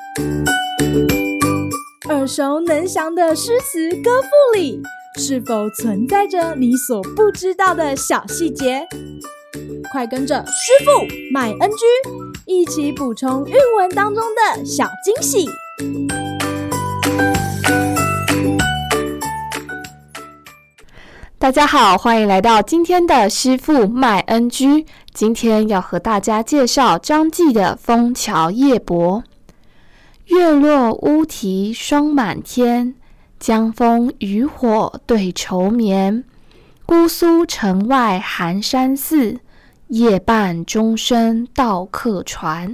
耳熟能详的诗词歌赋里，是否存在着你所不知道的小细节？快跟着师傅麦恩居一起补充韵文当中的小惊喜。 大家好，欢迎来到今天的师傅麦恩居。今天要和大家介绍张继的《枫桥夜泊》。月落乌啼霜满天，江枫渔火对愁眠。姑苏城外寒山寺，夜半钟声到客船。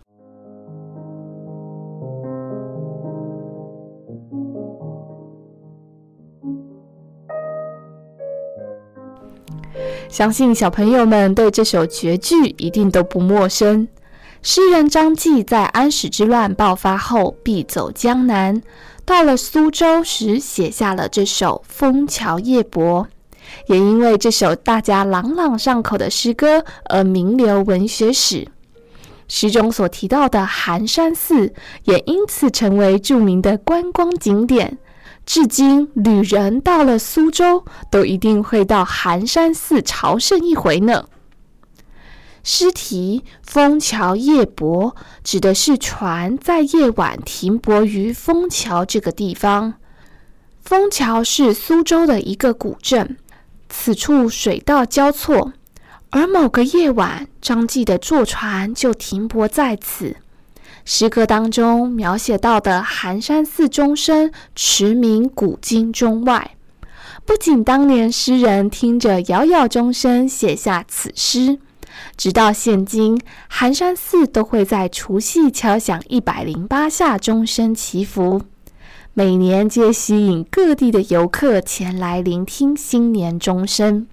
相信小朋友们对这首绝句一定都不陌生。诗人张继在安史之乱爆发后避走江南，到了苏州时写下了这首《枫桥夜泊》，也因为这首大家朗朗上口的诗歌而名留文学史。诗中所提到的寒山寺也因此成为著名的观光景点，至今旅人到了苏州都一定会到寒山寺朝圣一回呢。诗题枫桥夜泊指的是船在夜晚停泊于枫桥这个地方。枫桥是苏州的一个古镇，此处水道交错，而某个夜晚张继的坐船就停泊在此。诗歌当中描写到的寒山寺钟声驰名古今中外，不仅当年诗人听着杳杳钟声写下此诗，直到现今寒山寺都会在除夕敲响108下钟声祈福，每年皆吸引各地的游客前来聆听新年钟声。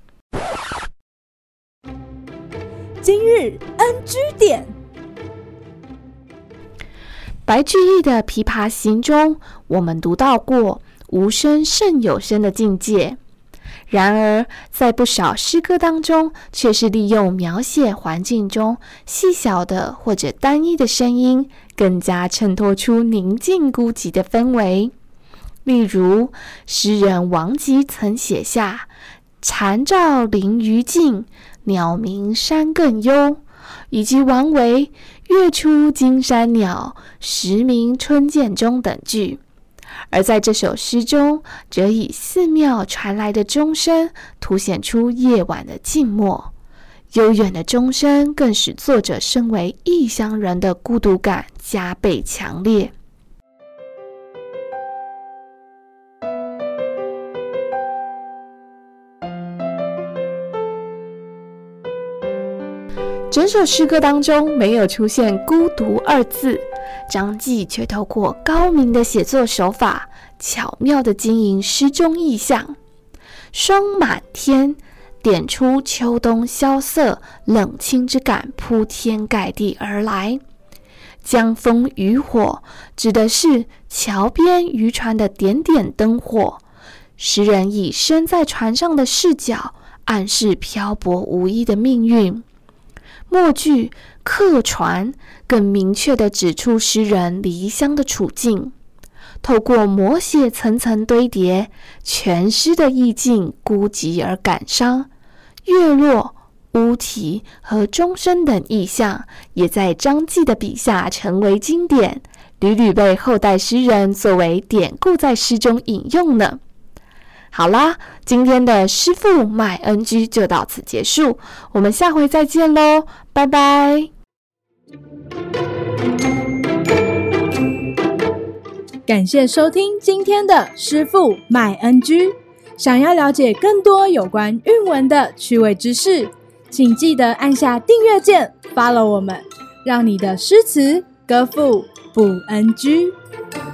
今日 NG 点。 白居易的《琵琶行》中，我们读到过无声胜有声的境界。然而，在不少诗歌当中，却是利用描写环境中细小的或者单一的声音，更加衬托出宁静孤寂的氛围。例如，诗人王吉曾写下“蝉照林榆静，鸟鸣山更幽”，以及王维“月出惊山鸟，时鸣春涧中”等句。而在这首诗中，则以寺庙传来的钟声凸显出夜晚的静默，悠远的钟声更使作者身为异乡人的孤独感加倍强烈。整首诗歌当中没有出现孤独二字，张继却透过高明的写作手法，巧妙地经营诗中意象。霜满天，点出秋冬萧瑟冷清之感铺天盖地而来。江枫渔火指的是桥边渔船的点点灯火，诗人以身在船上的视角暗示漂泊无依的命运。末句客船更明确地指出诗人离乡的处境，透过摹写层层堆叠，全诗的意境孤寂而感伤。月落、乌啼和钟声等意象也在张继的笔下成为经典，屡屡被后代诗人作为典故在诗中引用呢。好啦，今天的师傅麦恩居就到此结束，我们下回再见咯，拜拜。 感谢收听今天的师傅麦恩居。想要了解更多有关韵文的趣味知识，请记得按下订阅键 follow 我们，让你的诗词歌赋不 NG。